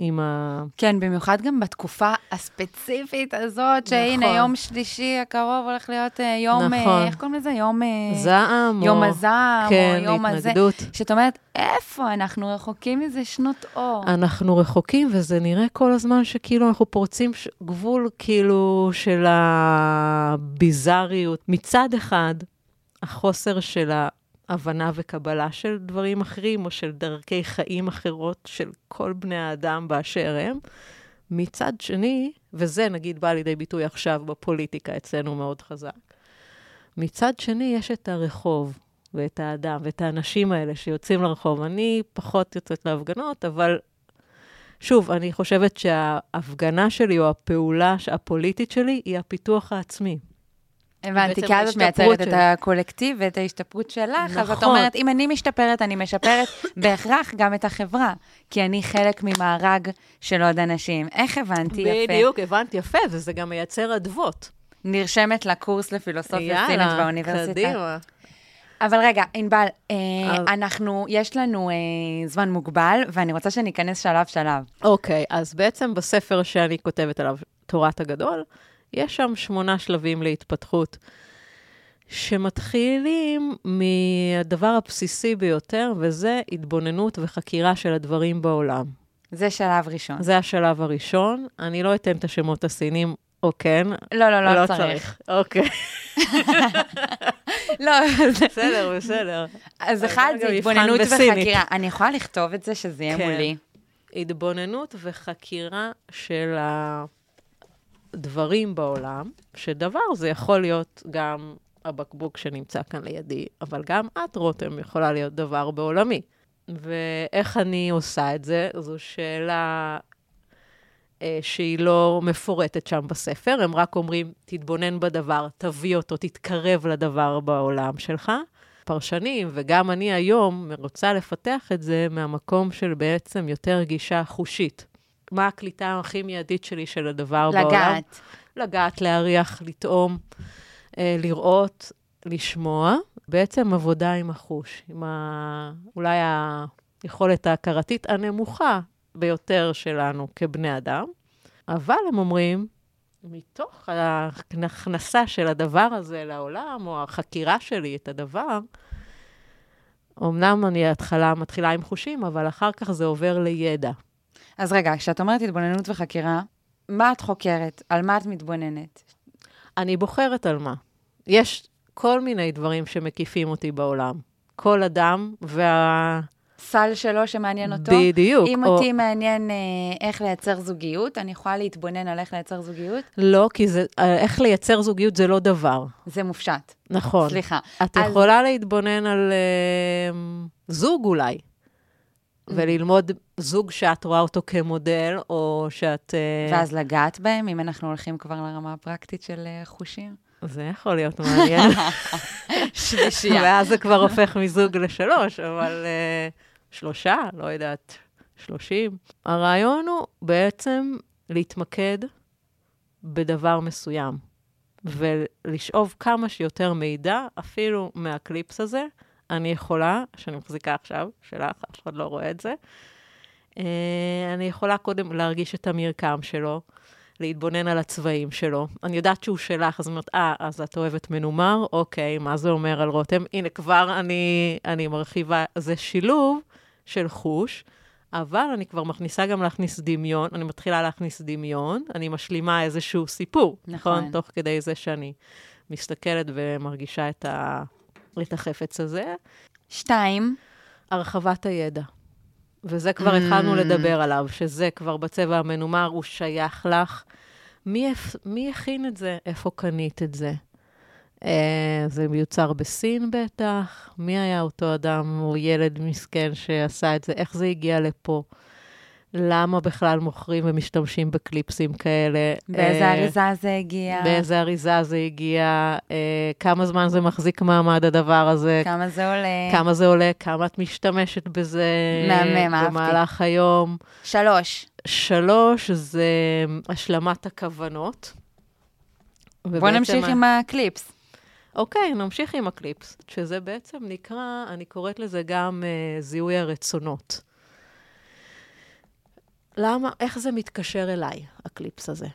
עם כן, במיוחד גם בתקופה הספציפית הזאת, שהנה יום שלישי הקרוב הולך להיות יום, איך קוראים לזה? יום זעם. יום הזעם, כן, או יום הזה. התנגדות. שאת אומרת, איפה? אנחנו רחוקים מזה שנות אור. אנחנו רחוקים, וזה נראה כל הזמן שכאילו אנחנו פורצים גבול כאילו של הביזריות. מצד אחד, החוסר של ההבנה וקבלה של דברים אחרים, או של דרכי חיים אחרות של כל בני האדם באשר הם. מצד שני, וזה נגיד בא לידי ביטוי עכשיו בפוליטיקה אצלנו מאוד חזק, מצד שני יש את הרחוב ואת האדם ואת האנשים האלה שיוצאים לרחוב. אני פחות יוצאת להפגנות, אבל שוב, אני חושבת שההפגנה שלי או הפעולה הפוליטית שלי היא הפיתוח העצמי. הבנתי, כי אז את מייצרת את הקולקטיב ואת ההשתפרות שלך, נכון. אז את אומרת, אם אני משתפרת, אני משפרת בהכרח גם את החברה, כי אני חלק ממארג של עוד אנשים. איך הבנתי יפה? בדיוק, הבנתי יפה, וזה גם מייצר אדוות. נרשמת לקורס לפילוסופיה סינית באוניברסיטה. קדימה. אבל רגע, ענבל, יש לנו זמן מוגבל, ואני רוצה שניכנס שלב. אוקיי, אז בעצם בספר שאני כותבת עליו, תורת הגדול, יש שם 8 שלבים להתפתחות, שמתחילים מהדבר הבסיסי ביותר, וזה התבוננות וחקירה של הדברים בעולם. זה שלב ראשון. זה השלב הראשון. אני לא אתן את השמות הסינים, או כן. לא צריך. אוקיי. לא. בסדר. אז אחד זה התבוננות וחקירה. אני יכולה לכתוב את זה שזה יהיה מולי. התבוננות וחקירה של הדברים בעולם, שדבר זה יכול להיות גם הבקבוק שנמצא כאן לידי, אבל גם את, רותם, יכולה להיות דבר בעולמי. ואיך אני עושה את זה? זו שאלה שהיא לא מפורטת שם בספר. הם רק אומרים, תתבונן בדבר, תביא אותו, תתקרב לדבר בעולם שלך. פרשנים, וגם אני היום רוצה לפתח את זה מהמקום של בעצם יותר גישה חושית. מה הקליטה הכי מיידית שלי של הדבר בעולם? לגעת, להריח, לטעום, לראות, לשמוע. בעצם עבודה עם החוש, עם אולי היכולת ההכרתית הנמוכה ביותר שלנו כבני אדם. אבל הם אומרים, מתוך ההכנסה של הדבר הזה לעולם, או החקירה שלי את הדבר, אמנם אני מתחילה עם חושים, אבל אחר כך זה עובר לידע. אז רגע, כשאת אומרת התבוננות וחקירה, מה את חוקרת? על מה את מתבוננת? אני בוחרת על מה. יש כל מיני דברים שמקיפים אותי בעולם. כל אדם סל שלו שמעניין אותו. בדיוק. אם אותי מעניין איך לייצר זוגיות, אני יכולה להתבונן על איך לייצר זוגיות? לא, כי איך לייצר זוגיות זה לא דבר. זה מופשט. נכון. סליחה. את יכולה להתבונן על זוג אולי, וללמוד זוג שאת רואה אותו כמודל, או שאת... ואז לגעת בהם, אם אנחנו הולכים כבר לרמה הפרקטית של חושים? זה יכול להיות מעניין. שלישייה. ואז זה כבר הופך מזוג ל3, אבל 3, לא יודעת, 30. הרעיון הוא בעצם להתמקד בדבר מסוים, ולשאוב כמה שיותר מידע, אפילו מהקליפס הזה. אני יכולה, שאני מחזיקה עכשיו, שלך, אף אחד לא רואה את זה, אני יכולה קודם להרגיש את המרקם שלו, להתבונן על הצבעים שלו. אני יודעת שהוא שלך, אז אומרת, אז את אוהבת מנומר? אוקיי, מה זה אומר על רותם? הנה, כבר אני מרחיבה, זה שילוב של חוש, אבל אני כבר מכניסה גם להכניס דמיון, אני מתחילה להכניס דמיון, אני משלימה איזשהו סיפור, נכון? תוך כדי זה שאני מסתכלת ומרגישה את החפץ הזה. 2. הרחבת הידע. וזה כבר התחלנו לדבר עליו, שזה כבר בצבע המנומר, הוא שייך לך. מי הכין את זה? איפה קנית את זה? זה מיוצר בסין בטח. מי היה אותו אדם או ילד מסכן שעשה את זה? איך זה הגיע לפה? למה בכלל מוכרים ומשתמשים בקליפסים כאלה? באיזה אריזה זה הגיע? באיזה אריזה זה הגיע? כמה זמן זה מחזיק מעמד הדבר הזה? כמה זה עולה? כמה זה עולה? כמה את משתמשת בזה במהלך היום? 3. 3 זה השלמת הכוונות. בוא נמשיך עם הקליפס. אוקיי, נמשיך עם הקליפס, שזה בעצם נקרא, אני קוראת לזה גם זיהוי הרצונות. איך זה מתקשר אליי, הקליפס הזה?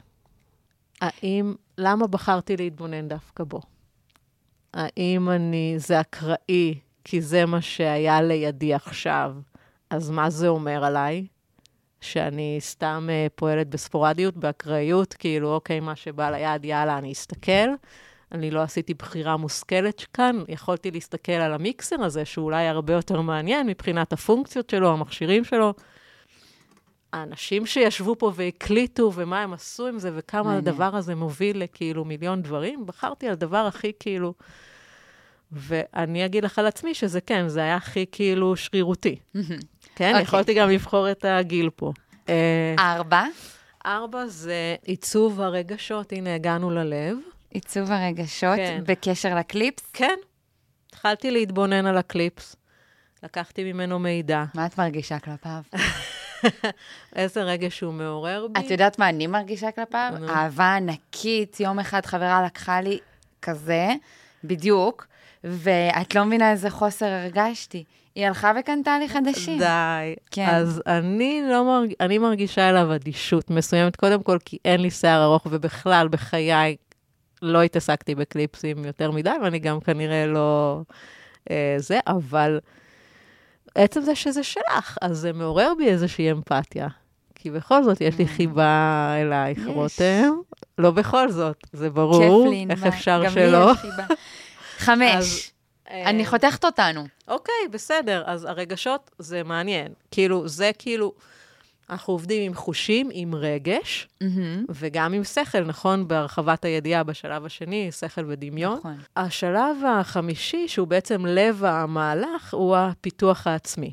למה בחרתי להתבונן דווקא בו? האם זה אקראי, כי זה מה שהיה לידי עכשיו, אז מה זה אומר עליי? שאני סתם פועלת בספורדיות, באקראיות, כאילו, אוקיי, מה שבא ליד, יאללה, אני אסתכל. אני לא עשיתי בחירה מושכלת כאן, יכולתי להסתכל על המיקסר הזה, שאולי הרבה יותר מעניין מבחינת הפונקציות שלו, המכשירים שלו. האנשים שישבו פה והקליטו, ומה הם עשו עם זה, וכמה הדבר הזה מוביל לכאילו מיליון דברים, בחרתי על דבר הכי כאילו, ואני אגיד לך על עצמי שזה כן, זה היה הכי כאילו שרירותי. כן, יכולתי גם לבחור את הגיל פה. 4. 4 זה עיצוב הרגשות, הנה הגענו ללב. עיצוב הרגשות בקשר לקליפס? כן. התחלתי להתבונן על הקליפס, לקחתי ממנו מידע. מה את מרגישה כלפיו? איזה רגש הוא מעורר בי. את יודעת מה אני מרגישה כלפיו? אהבה ענקית, יום אחד חברה לקחה לי כזה, בדיוק, ואת לא מבינה איזה חוסר הרגשתי. היא הלכה וקנתה לי חדשים. די. כן. אז אני מרגישה אליו אדישות מסוימת, קודם כל, כי אין לי שיער ארוך, ובכלל בחיי לא התעסקתי בקליפסים יותר מדי, ואני גם כנראה לא זה, אבל עצם זה שזה שלך, אז זה מעורר בי איזושהי אמפתיה. כי בכל זאת יש לי חיבה אלייך, רותם. לא בכל זאת, זה ברור. כיף לי, איך אפשר גם שלא. לי יש חיבה. 5. אני חותכת אותנו. אוקיי, בסדר. אז הרגשות זה מעניין. כאילו, זה כאילו, אנחנו עובדים עם חושים, עם רגש, וגם עם שכל, נכון? בהרחבת הידיעה בשלב השני, שכל ודמיון. נכון. השלב החמישי, שהוא בעצם לב המהלך, הוא הפיתוח העצמי.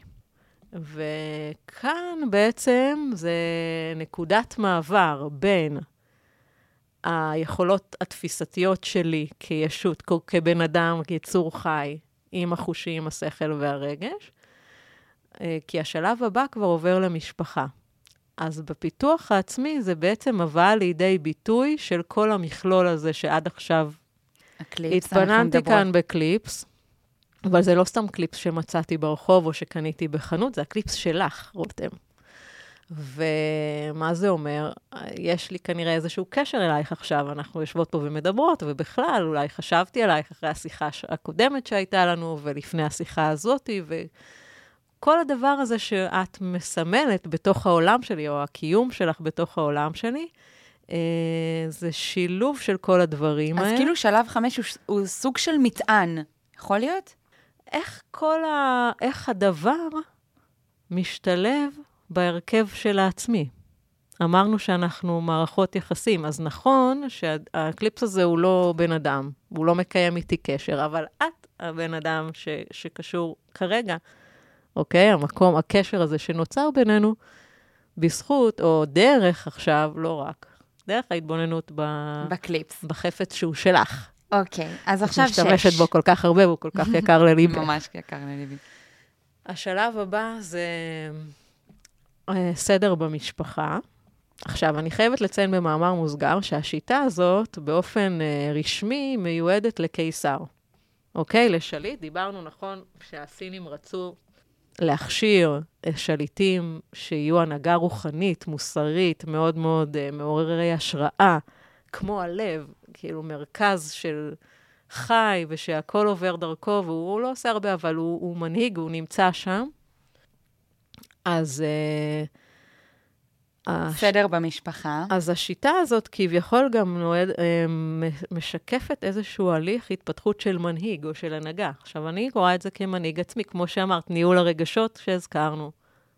וכאן בעצם זה נקודת מעבר בין היכולות התפיסתיות שלי כישות, כבן אדם, כיצור חי, עם החושים, השכל והרגש, כי השלב הבא כבר עובר למשפחה. אז בפיתוח העצמי זה בעצם הבאה לידי ביטוי של כל המכלול הזה שעד עכשיו התפננתי כאן בקליפס, אבל זה לא סתם קליפס שמצאתי ברחוב או שקניתי בחנות, זה הקליפס שלך, רותם. ומה זה אומר? יש לי כנראה איזשהו קשר אלייך עכשיו, אנחנו יושבות פה ומדברות, ובכלל, אולי חשבתי עלייך אחרי השיחה הקודמת שהייתה לנו, ולפני השיחה הזאת, וכל הדבר הזה שאת מסמלת בתוך העולם שלי, או הקיום שלך בתוך העולם שלי, זה שילוב של כל הדברים האלה. אז כאילו שלב 5 הוא סוג של מטען, יכול להיות? איך הדבר משתלב בהרכב של העצמי. אמרנו שאנחנו מערכות יחסים, אז נכון שהקליפס הזה הוא לא בן אדם, הוא לא מקיים איתי קשר, אבל את הבן אדם שקשור כרגע, אוקיי? הקשר הזה שנוצר בינינו, בזכות או דרך עכשיו, לא רק, דרך ההתבוננות בקליפס. בחפץ שהוא שלך. אוקיי, אז עכשיו 6. משתמשת בו כל כך הרבה, והוא כל כך יקר לליבי. ממש יקר לליבי. השלב הבא זה סדר במשפחה. עכשיו, אני חייבת לציין במאמר מוסגר שהשיטה הזאת באופן רשמי מיועדת לקיסר. אוקיי? לשליט, דיברנו נכון שהסינים רצו להכשיר שליטים שיהיו הנהגה רוחנית, מוסרית, מאוד מאוד מעוררי השראה, כמו הלב, כאילו מרכז של חי ושהכל עובר דרכו, והוא לא עושה הרבה, אבל הוא מנהיג, הוא נמצא שם. אז סדר במשפחה. אז השיטה הזאת כביכול גם משקפת איזשהו הליך התפתחות של מנהיג או של הנהגה. עכשיו, אני רואה את זה כמנהיג עצמי, כמו שאמרת, ניהול הרגשות שהזכרנו.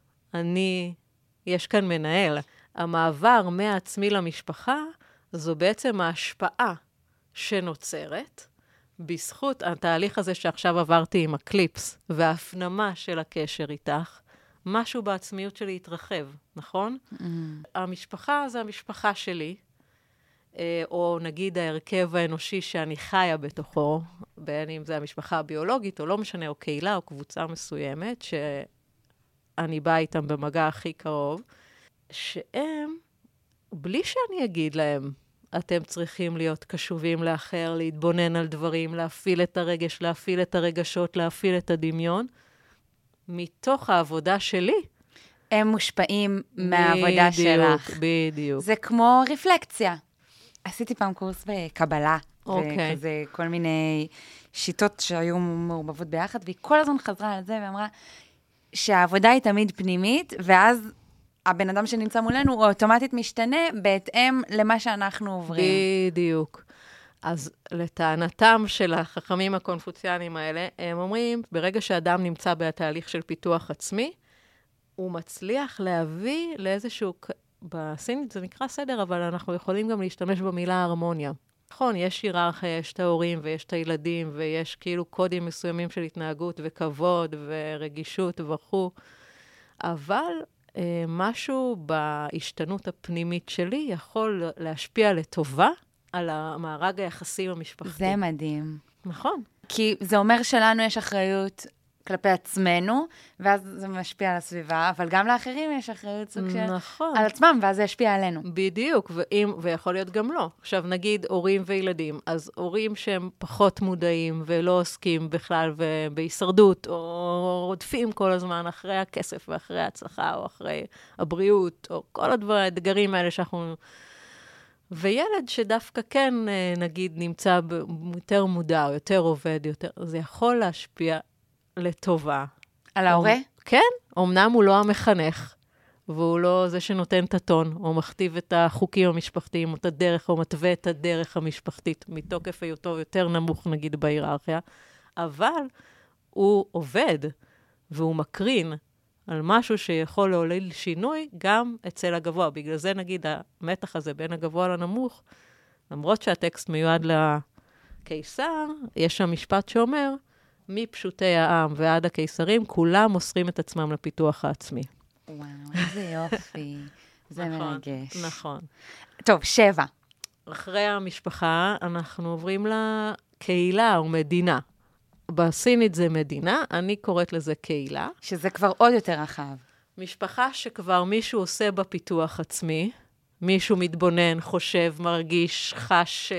יש כאן מנהל. המעבר מהעצמי למשפחה, זו בעצם ההשפעה שנוצרת, בזכות התהליך הזה שעכשיו עברתי עם הקליפס, וההפנמה של הקשר איתך, משהו בעצמיות שלי התרחב, נכון? המשפחה זה המשפחה שלי, או נגיד ההרכב האנושי שאני חיה בתוכו, בין אם זה המשפחה הביולוגית, או לא משנה, או קהילה, או קבוצה מסוימת, שאני באה איתם במגע הכי קרוב, שהם, בלי שאני אגיד להם, אתם צריכים להיות קשובים לאחר, להתבונן על דברים, להפעיל את הרגש, להפעיל את הרגשות, להפעיל את הדמיון, מתוך העבודה שלי, הם מושפעים מהעבודה שלך. בדיוק. זה כמו רפלקציה. עשיתי פעם קורס בקבלה, וכזה כל מיני שיטות שהיו מעורבבות ביחד, והיא כל הזמן חזרה על זה ואמרה שהעבודה היא תמיד פנימית, ואז הבן אדם שנמצא מולנו הוא אוטומטית משתנה בהתאם למה שאנחנו עוברים. בדיוק. אז לטענתם של החכמים הקונפוציאנים האלה, הם אומרים, ברגע שאדם נמצא בתהליך של פיתוח עצמי, הוא מצליח להביא לאיזשהו, בסינית זה נקרא סדר, אבל אנחנו יכולים גם להשתמש במילה הרמוניה. נכון, יש היררכיה, יש את ההורים ויש את הילדים, ויש כאילו קודים מסוימים של התנהגות וכבוד ורגישות וכו', אבל משהו בהשתנות הפנימית שלי יכול להשפיע לטובה על המארג היחסים המשפחתי. זה מדהים. נכון. כי זה אומר שלנו יש אחריות כלפי עצמנו, ואז זה משפיע על הסביבה, אבל גם לאחרים יש אחריות סוג של... נכון. על עצמם, ואז זה ישפיע עלינו. בדיוק, ויכול להיות גם לא. עכשיו, נגיד הורים וילדים, אז הורים שהם פחות מודעים ולא עוסקים בכלל בהישרדות, או רודפים כל הזמן אחרי הכסף ואחרי ההצלחה, או אחרי הבריאות, או כל האתגרים האלה שאנחנו... וילד שדווקא כן, נגיד, נמצא יותר מודע, או יותר עובד, זה יכול להשפיע לטובה. על ההורה? כן, אמנם הוא לא המחנך, והוא לא זה שנותן את הטון, או מכתיב את החוקים המשפחתיים, או את הדרך, או מתווה את הדרך המשפחתית, מתוקף היותו יותר נמוך, נגיד, בהיררכיה, אבל הוא עובד, והוא מקרין על משהו שיכול להוליד שינוי גם אצל הגבוה. בגלל זה, נגיד, המתח הזה בין הגבוה לנמוך, למרות שהטקסט מיועד לקיסר, יש שם משפט שאומר, מפשוטי העם ועד הקיסרים, כולם מוסרים את עצמם לפיתוח העצמי. וואו, איזה יופי. זה מרגש. נכון. טוב, 7. אחרי המשפחה, אנחנו עוברים לקהילה או מדינה. בסינית זה מדינה, אני קוראת לזה קהילה. שזה כבר עוד יותר רחב. משפחה שכבר מישהו עושה בה פיתוח עצמי, מישהו מתבונן, חושב, מרגיש, חש,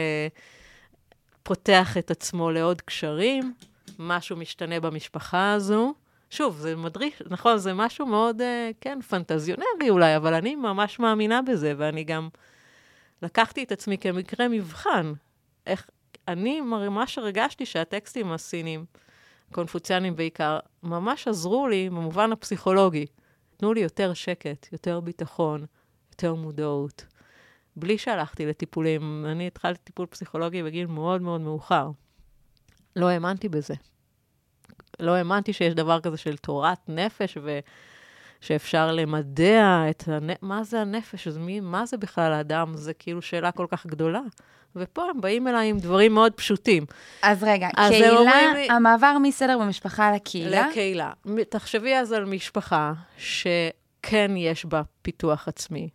פותח את עצמו לעוד קשרים, משהו משתנה במשפחה הזו. שוב, זה מדריך, נכון, זה משהו מאוד, כן, פנטזיונרי אולי, אבל אני ממש מאמינה בזה, ואני גם לקחתי את עצמי כמקרה מבחן. אני ממש הרגשתי שהטקסטים הסינים, קונפוציאנים בעיקר, ממש עזרו לי במובן הפסיכולוגי. תנו לי יותר שקט, יותר ביטחון, יותר מודעות. בלי שהלכתי לטיפולים, אני התחלתי טיפול פסיכולוגי בגיל מאוד מאוד מאוחר. לא האמנתי בזה. לא האמנתי שיש דבר כזה של תורת נפש, ושאפשר למדע מה זה הנפש, מה זה בכלל האדם? זה כאילו שאלה כל כך גדולה. ופה הם באים אליי עם דברים מאוד פשוטים. אז רגע, קהילה, המעבר מסדר במשפחה לקהילה? לקהילה. תחשבי אז על משפחה שכן יש בה פיתוח עצמי.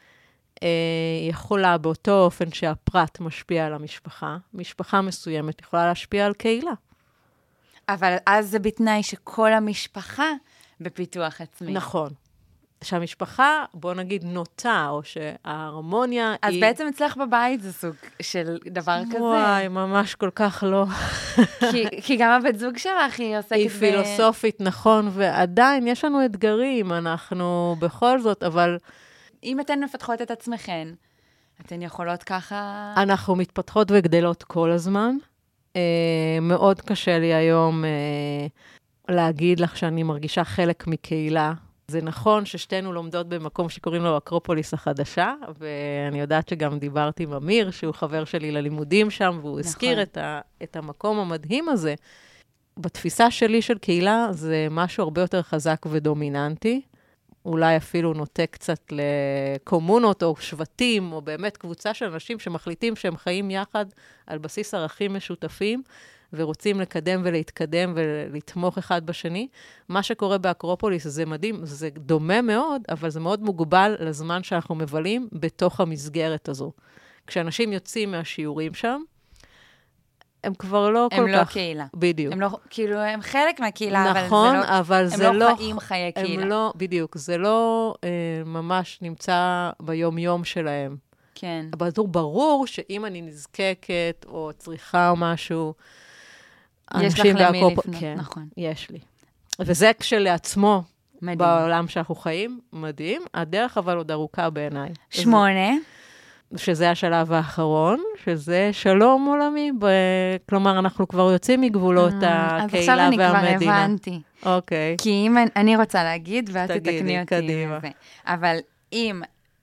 יכולה באותו אופן שהפרט משפיע על המשפחה, משפחה מסוימת יכולה להשפיע על קהילה. אבל אז זה בתנאי שכל המשפחה בפיתוח עצמי. נכון. שהמשפחה, בוא נגיד, נוטה, או שההרמוניה אז בעצם אצלך בבית זה סוג של דבר כזה. וואי, ממש כל כך לא. כי גם הבת זוג שלך היא עוסקת היא פילוסופית, נכון, ועדיין יש לנו אתגרים, אנחנו בכל זאת, אבל... אם אתן מפתחות את עצמכן, אתן יכולות ככה... אנחנו מתפתחות וגדלות כל הזמן. מאוד קשה לי היום להגיד לך שאני מרגישה חלק מקהילה. זה נכון ששתינו לומדות במקום שקוראים לו אקרופוליס החדשה, ואני יודעת שגם דיברתי עם אמיר, שהוא חבר שלי ללימודים שם, והוא הזכיר את המקום המדהים הזה. בתפיסה שלי של קהילה, זה משהו הרבה יותר חזק ודומיננטי. אולי אפילו נוטה קצת לקומונות או שבטים, או באמת קבוצה של אנשים שמחליטים שהם חיים יחד על בסיס ערכים משותפים, ורוצים לקדם ולהתקדם ולתמוך אחד בשני. מה שקורה באקרופוליס זה מדהים, זה דומה מאוד, אבל זה מאוד מוגבל לזמן שאנחנו מבלים בתוך המסגרת הזו. כשאנשים יוצאים מהשיעורים שם, הם כבר לא כל כך... הם לא קהילה. בדיוק. הם לא, כאילו, הם חלק מהקהילה, נכון, אבל זה לא... הם לא חיים חיי קהילה. הם לא, בדיוק, זה לא ממש נמצא ביום-יום שלהם. כן. אבל ברור שאם אני נזקקת או צריכה או משהו, יש לך למי לפנות, כן, נכון. יש לי. וזה כשלעצמו מדהים. בעולם שאנחנו חיים, מדהים. הדרך אבל עוד ארוכה בעיניי. 8. שזה השלב האחרון, שזה שלום עולמי. כלומר, אנחנו כבר יוצאים מגבולות הקהילה והמדינה. אז עכשיו אני כבר הבנתי. אוקיי. כי אם אני רוצה להגיד, ואת תגידי, תתקני אותי. קדימה. אבל אם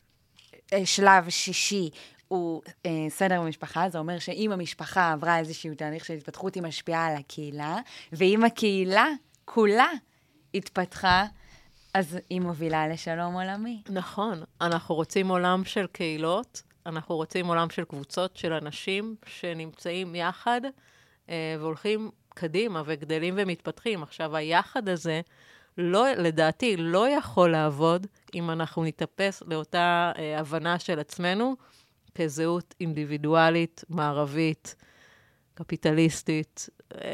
שלב שישי הוא סדר במשפחה, זה אומר שאם המשפחה עברה איזשהו תהליך של התפתחות, היא משפיעה על הקהילה, ואם הקהילה כולה התפתחה, אז היא מובילה לשלום עולמי. נכון. אנחנו רוצים עולם של קהילות, אנחנו רוצים עולם של קבוצות של אנשים שנמצאים יחד והולכים קדימה וגדלים ומתפתחים. עכשיו, היחד הזה, לדעתי, לא יכול לעבוד אם אנחנו נתאפס לאותה הבנה של עצמנו כזהות אינדיבידואלית, מערבית, קפיטליסטית,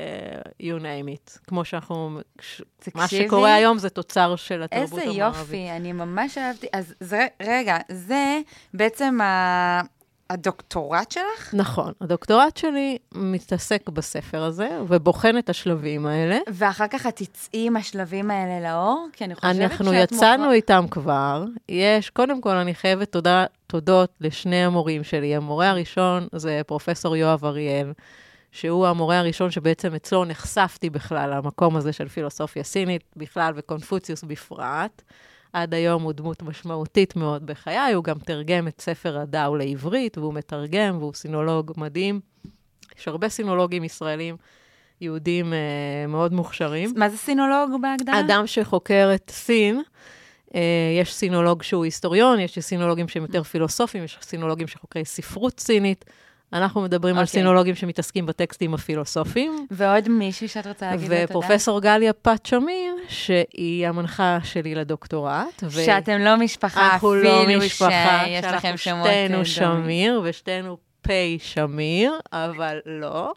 you name it. כמו שאנחנו, מה שקורה היום זה תוצר של התרבות המערבית. איזה יופי, אני ממש אהבתי. אז רגע, זה בעצם הדוקטורט שלך? נכון, הדוקטורט שלי מתעסק בספר הזה, ובוחן את השלבים האלה. ואחר כך את תצאי עם השלבים האלה לאור? כי אני חושבת אנחנו יצאנו איתם כבר. קודם כל, אני חייבת תודות לשני המורים שלי. המורה הראשון זה פרופסור יואב אריאל, שהוא המורה הראשון שבעצם אצלו נחשפתי בכלל למקום הזה של פילוסופיה סינית בכלל וקונפוציוס בפרט. עד היום הוא דמות משמעותית מאוד בחיי, הוא גם תרגם את ספר הדאו לעברית, והוא מתרגם, והוא סינולוג מדהים. יש הרבה סינולוגים ישראלים, יהודים מאוד מוכשרים. מה זה סינולוג בהגדרה? אדם שחוקר את סין, יש סינולוג שהוא היסטוריון, יש סינולוגים שהם יותר פילוסופיים, יש סינולוגים שחוקרי ספרות סינית, אנחנו מדברים על סינולוגים שמתעסקים בטקסטים הפילוסופיים. ועוד מישהו שאת רוצה להגיד לו תודה? ופרופסור גליה פת שמיר, שהיא המנחה שלי לדוקטורט. שאתם לא משפחה, אפילו שיש לכם שמות דומים. שתינו שמיר ושתינו פי שמיר, אבל לא.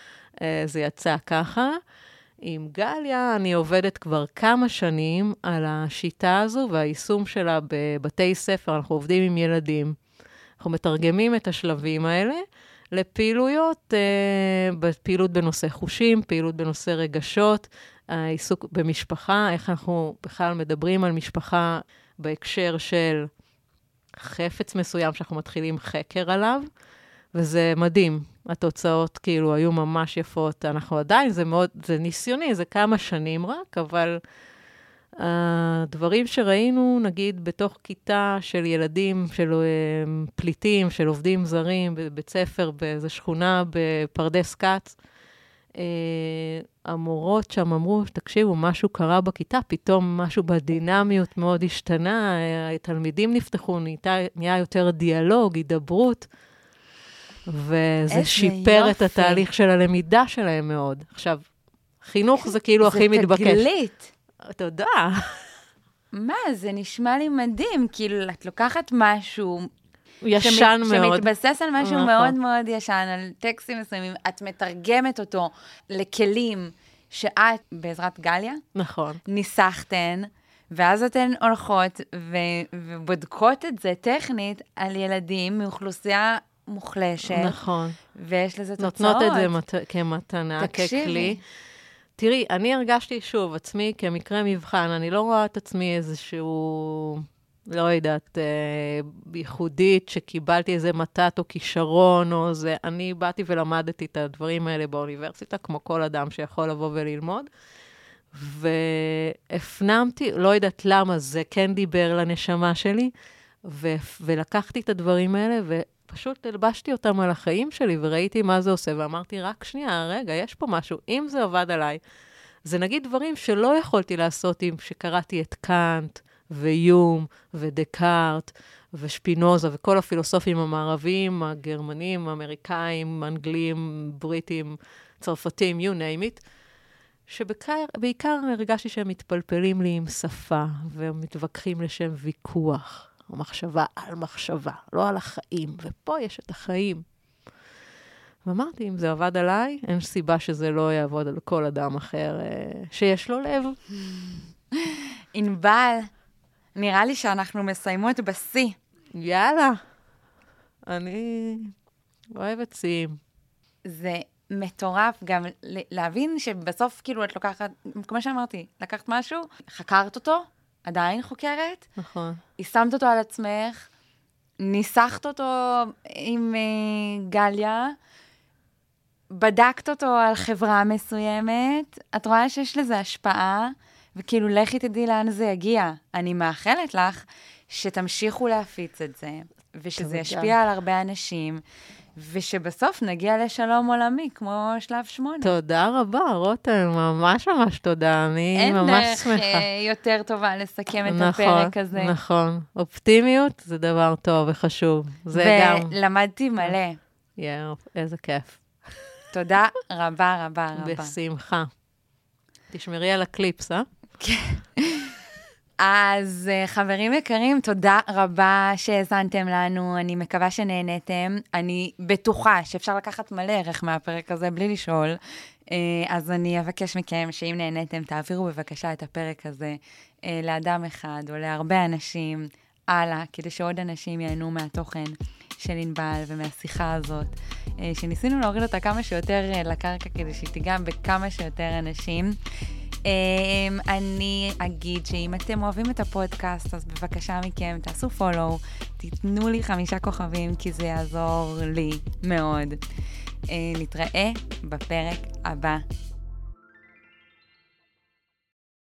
זה יצא ככה. עם גליה אני עובדת כבר כמה שנים על השיטה הזו, והיישום שלה בבתי ספר, אנחנו עובדים עם ילדים. אנחנו מתרגמים את השלבים האלה לפעילויות, פעילות בנושא חושים, פעילות בנושא רגשות, העיסוק במשפחה, איך אנחנו בכלל מדברים על משפחה בהקשר של חפץ מסוים שאנחנו מתחילים חקר עליו, וזה מדהים. התוצאות כאילו היו ממש יפות. אנחנו עדיין, זה ניסיוני, זה כמה שנים רק, אבל הדברים שראינו, נגיד, בתוך כיתה של ילדים, של פליטים, של עובדים זרים, בבית ספר, באיזו שכונה, בפרדס כץ, המורות שם אמרו, תקשיבו, משהו קרה בכיתה, פתאום משהו בדינמיות מאוד השתנה, התלמידים נפתחו, נהיה יותר דיאלוג, הידברות, וזה שיפר את התהליך של הלמידה שלהם מאוד. עכשיו, חינוך זה כאילו הכי מתבקש. זה תגלית. תודה. מה, זה נשמע לי מדהים, כאילו, את לוקחת משהו ישן מאוד. שמתבסס על משהו מאוד מאוד ישן, על טקסטים מסוימים, את מתרגמת אותו לכלים שאת, בעזרת גליה, נכון. ניסחתן, ואז אתן הולכות ובודקות את זה טכנית על ילדים מאוכלוסייה מוחלשת. נכון. ויש לזה תוצאות. נותנות את זה כמתנה, ככלי. תראי, אני הרגשתי שוב עצמי כמקרה מבחן, אני לא רואה את עצמי איזשהו, לא יודעת, ייחודית, שקיבלתי איזה מתת או כישרון או זה, אני באתי ולמדתי את הדברים האלה באוניברסיטה, כמו כל אדם שיכול לבוא וללמוד, והפנמתי, לא יודעת למה, זה כן דיבר לנשמה שלי, ולקחתי את הדברים האלה, פשוט הלבשתי אותם על החיים שלי, וראיתי מה זה עושה, ואמרתי, רק שנייה, רגע, יש פה משהו, אם זה עבד עליי, זה נגיד דברים שלא יכולתי לעשות אם שקראתי את קאנט, ויום, ודקארט, ושפינוזה, וכל הפילוסופים המערביים, הגרמנים, האמריקאים, אנגלים, בריטים, צרפתים, you name it, שבעיקר הרגשתי שהם מתפלפלים לי עם שפה, והם מתווכחים לשם ויכוח. מחשבה על מחשבה, לא על החיים, ופה יש את החיים. ואמרתי, אם זה עבד עליי, אין סיבה שזה לא יעבוד על כל אדם אחר שיש לו לב. ענבל, נראה לי שאנחנו מסיימות בשיא. יאללה. אני אוהבת שיאים. זה מטורף גם להבין שבסוף כאילו את לוקחת, כמו שאמרתי, לקחת משהו, חקרת אותו, עדיין חוקרת. נכון. שמת אותו על עצמך, ניסחת אותו עם גליה, בדקת אותו על חברה מסוימת, את רואה שיש לזה השפעה, וכאילו לכי תדעי לאן זה יגיע. אני מאחלת לך שתמשיכו להפיץ את זה, ושזה ישפיע על הרבה אנשים, ושבסוף נגיע לשלום עולמי, כמו שלב 8. תודה רבה, רותם, ממש ממש תודה, אני ממש שמחה. אין דרך יותר טובה לסכם את הפרק הזה. נכון, אופטימיות זה דבר טוב וחשוב. ולמדתי מלא. איזה כיף. תודה רבה רבה רבה. בשמחה. תשמרי על הקליפס, כן. אז חברים יקרים, תודה רבה שהזנתם לנו, אני מקווה שנהנתם, אני בטוחה שאפשר לקחת מלא ערך מהפרק הזה בלי לשאול, אז אני אבקש מכם שאם נהנתם, תעבירו בבקשה את הפרק הזה לאדם אחד או להרבה אנשים הלאה, כדי שעוד אנשים ייהנו מהתוכן של ענבל ומהשיחה הזאת, שניסינו להוריד אותה כמה שיותר לקרקע כדי שהיא תיגע בכמה שיותר אנשים. אני אגיד שאם אתם אוהבים את הפודקאסט, אז בבקשה מכם, תעשו פולו, תיתנו לי 5 כוכבים, כי זה יעזור לי מאוד. נתראה בפרק הבא.